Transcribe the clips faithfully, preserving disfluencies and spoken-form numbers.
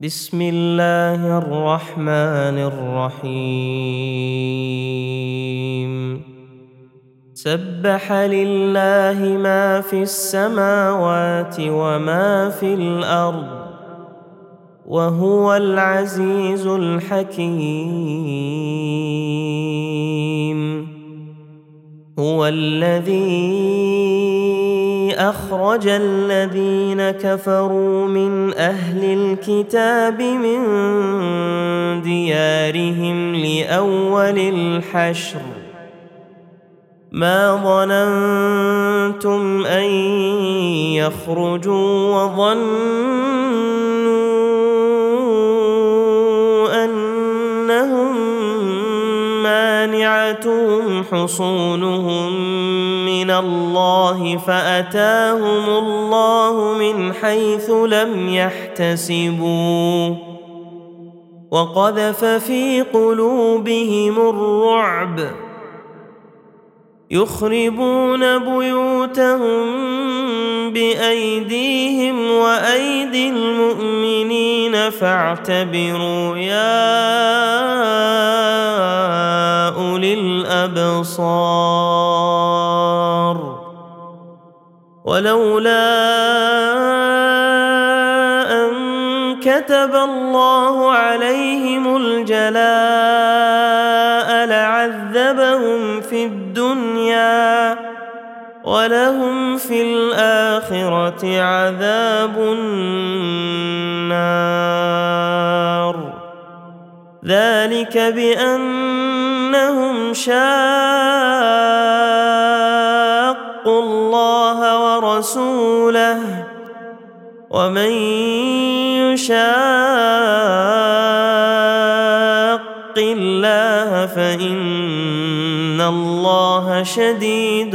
بسم الله الرحمن الرحيم سبح لله ما في السماوات وما في الأرض وهو العزيز الحكيم هو الذي أخرج الذين كفروا من أهل الكتاب من ديارهم لأول الحشر ما ظننتم أن يخرجوا وظنوا أنهم مانعتهم حصونهم من الله فأتاهم الله من حيث لم يحتسبوا وقذف في قلوبهم الرعب يخربون بيوتهم بأيديهم وأيدي المؤمنين فاعتبروا يا أولي الأبصار ولولا أن كتب الله عليهم الجلاء لعذبهم في الدنيا ولهم في الآخرة عذاب النار ذلك بأنهم شاقوا الله ورسوله ومن يشاق الله فإن الله شديد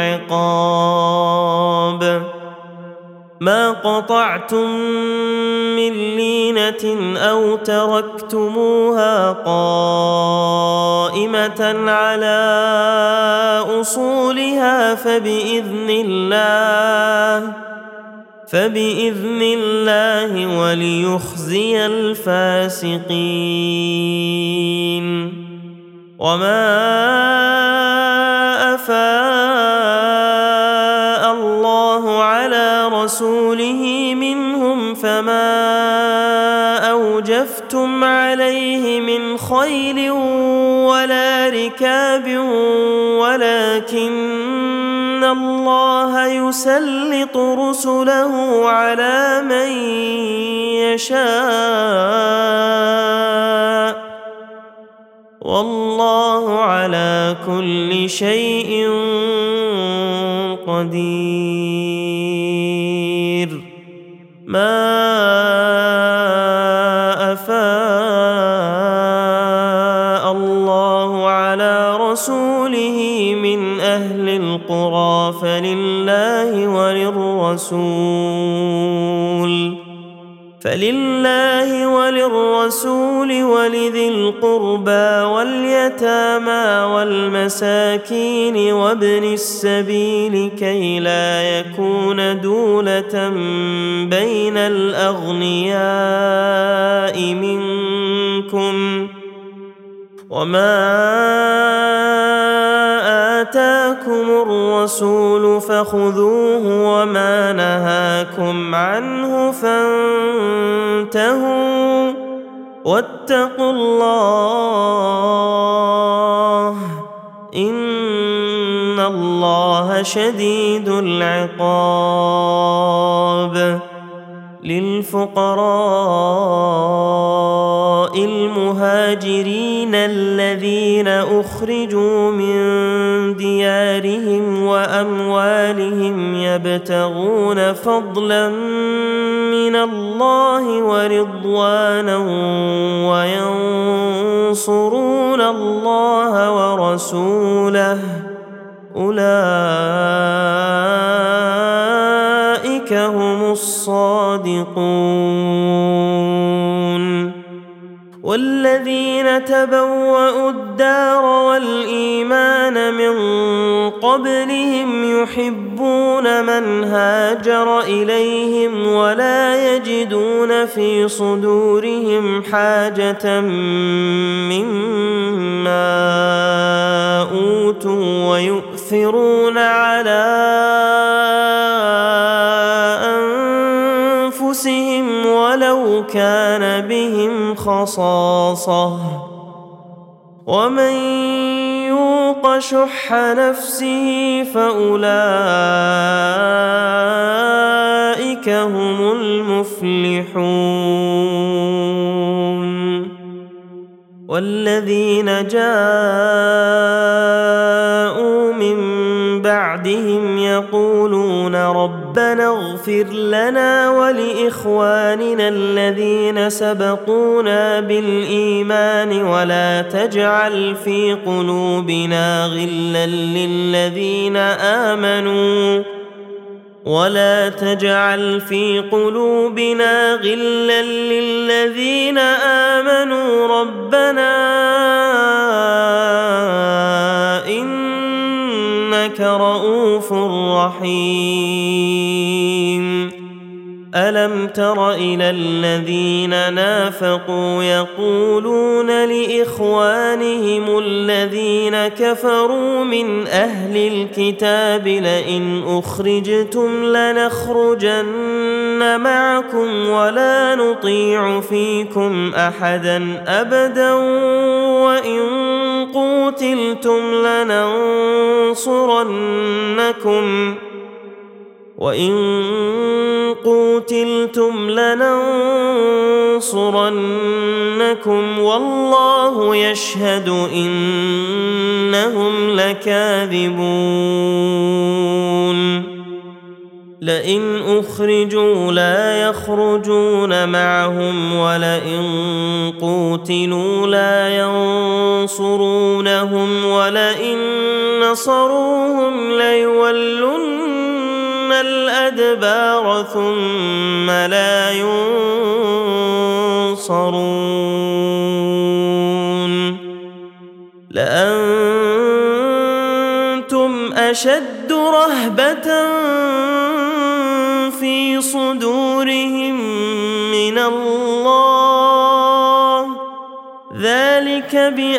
العقاب ما قطعتم من لينة أو تركتموها قائمة على أصولها فبإذن الله فبإذن الله وليخزي الفاسقين وما أفاء الله على رسوله منهم فما أوجفتم عليه من خيل ولا ركاب ولكن الله يسلط رسله على من يشاء والله على كل شيء قدير ما أفاء الله على رسوله من أهل القرى فلله وللرسول فلله وللرسول ولذي القربى واليتامى والمساكين وابن السبيل كي لا يكون دولة بين الأغنياء منكم وما آتاكم الرسول فخذوه وما نهاكم عنه فانتهوا واتقوا الله إن الله شديد العقاب للفقراء المهاجرين الذين أخرجوا من ديارهم وأموالهم يبتغون فضلا من الله ورضوانا وينصرون الله ورسوله أولئك هم الصادقون والذين تبوأوا الدار والإيمان من قبلهم يحبون من هاجر إليهم ولا يجدون في صدورهم حاجة مما أوتوا ويؤثرون على أنفسهم ولو كان بهم خصاصة ومن يوق شح نفسه فأولئك هم المفلحون والذين جاءوا من بعدهم يقولون ربنا اغفر لنا ولإخواننا الذين سبقونا بالإيمان ولا تجعل في قلوبنا غلا للذين آمنوا ولا تجعل في قلوبنا غلا للذين آمنوا ربنا إنك رؤوف رحيم ألم تر إلى الذين نافقوا يقولون لإخوانهم الذين كفروا من أهل الكتاب لئن أخرجتم لنخرجن معكم ولا نطيع فيكم أحدا أبدا وإن قوتلتم لننصرنكم وإن قوتلتم لننصرنكم والله يشهد إنهم لكاذبون لئن أخرجوا لا يخرجون معهم ولئن قوتلوا لا ينصرونهم ولئن نصروهم ليولن الأدبار ثم لا ينصرون لأنتم أشد رهبة في صدورهم من الله ذلك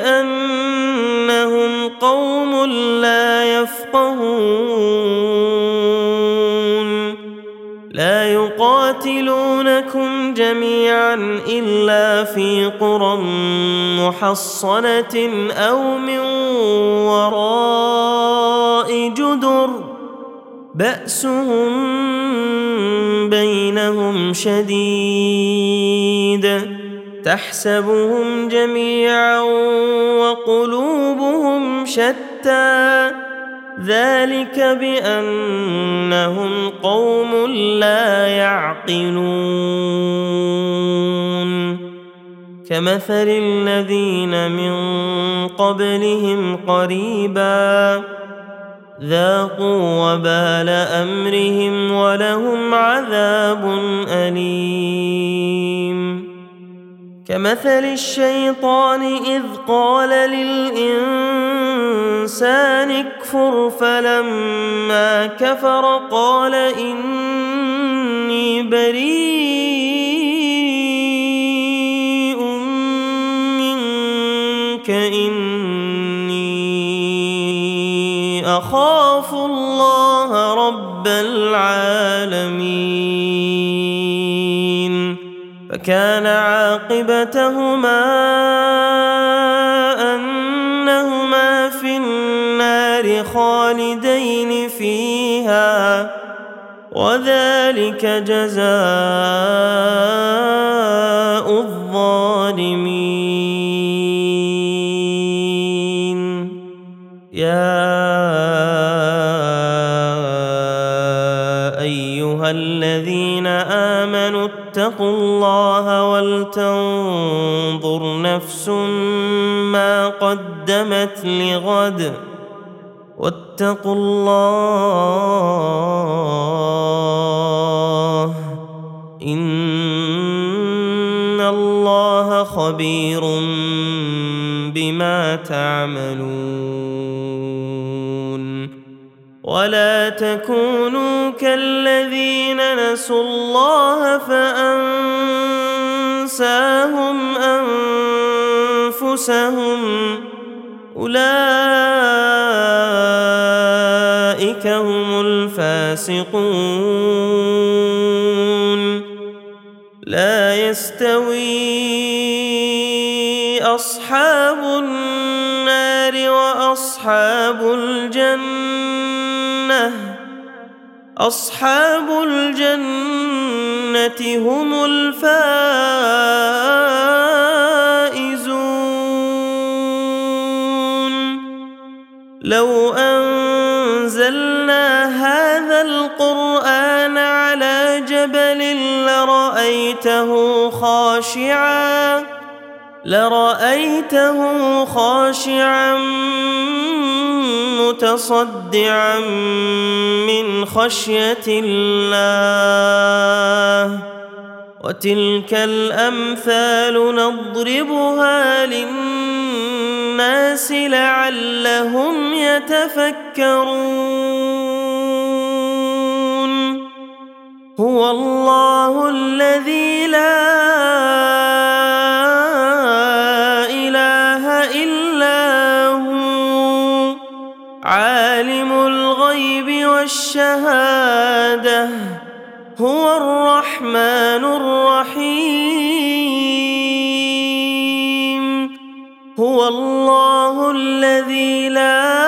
بأنهم قوم لا يفقهون لا يقاتلونكم جميعا إلا في قرى محصنة أو من وراء جدر بأسهم بينهم شديد تحسبهم جميعا وقلوبهم شتى ذلك بأنهم قوم لا يعقلون كمثل الذين من قبلهم قريبا ذاقوا وبال أمرهم ولهم عذاب أليم كمثل الشيطان إذ قال للإنسان اكفر فلما كفر قال إني بريء منك إني أخاف الله رب العالمين فكان عاقبتهما أنهما في النار خالدين فيها وذلك جزاء الظالمين يا أيها الذين آمنوا اتقوا الله ولتنظر نفس ما قدمت لغد واتقوا الله إن الله خبير بما تعملون ولا تكونوا كالذين نسوا الله فأنساهم أنفسهم أولئك هم الفاسقون لا يستوي أصحاب النار وأصحاب الجنة أصحاب الجنة هم الفائزون لو أنزلنا هذا القرآن على جبل لرأيته خاشعا لرأيته خاشعا متصدعا من خشية الله وتلك الأمثال نضربها للناس لعلهم يتفكرون هو الله الذي لا إله إلا هو عالم الغيب والشهادة هو الرحمن الرحيم هو الله الذي لا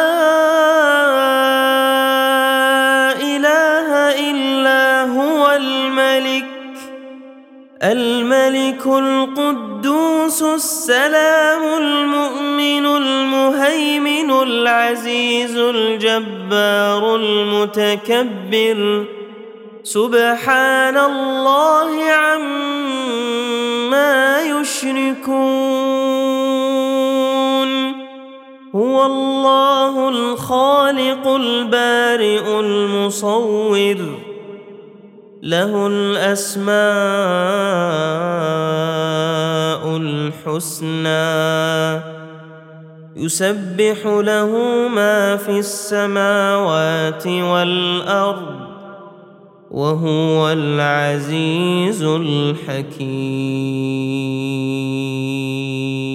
إله إلا هو الملك الملك القدوس السلام المؤمن المهيمن العزيز الجبار المتكبر سبحان الله عما يشركون هو الله الخالق البارئ المصور له الأسماء الحسنى يسبح له ما في السماوات والأرض وهو العزيز الحكيم.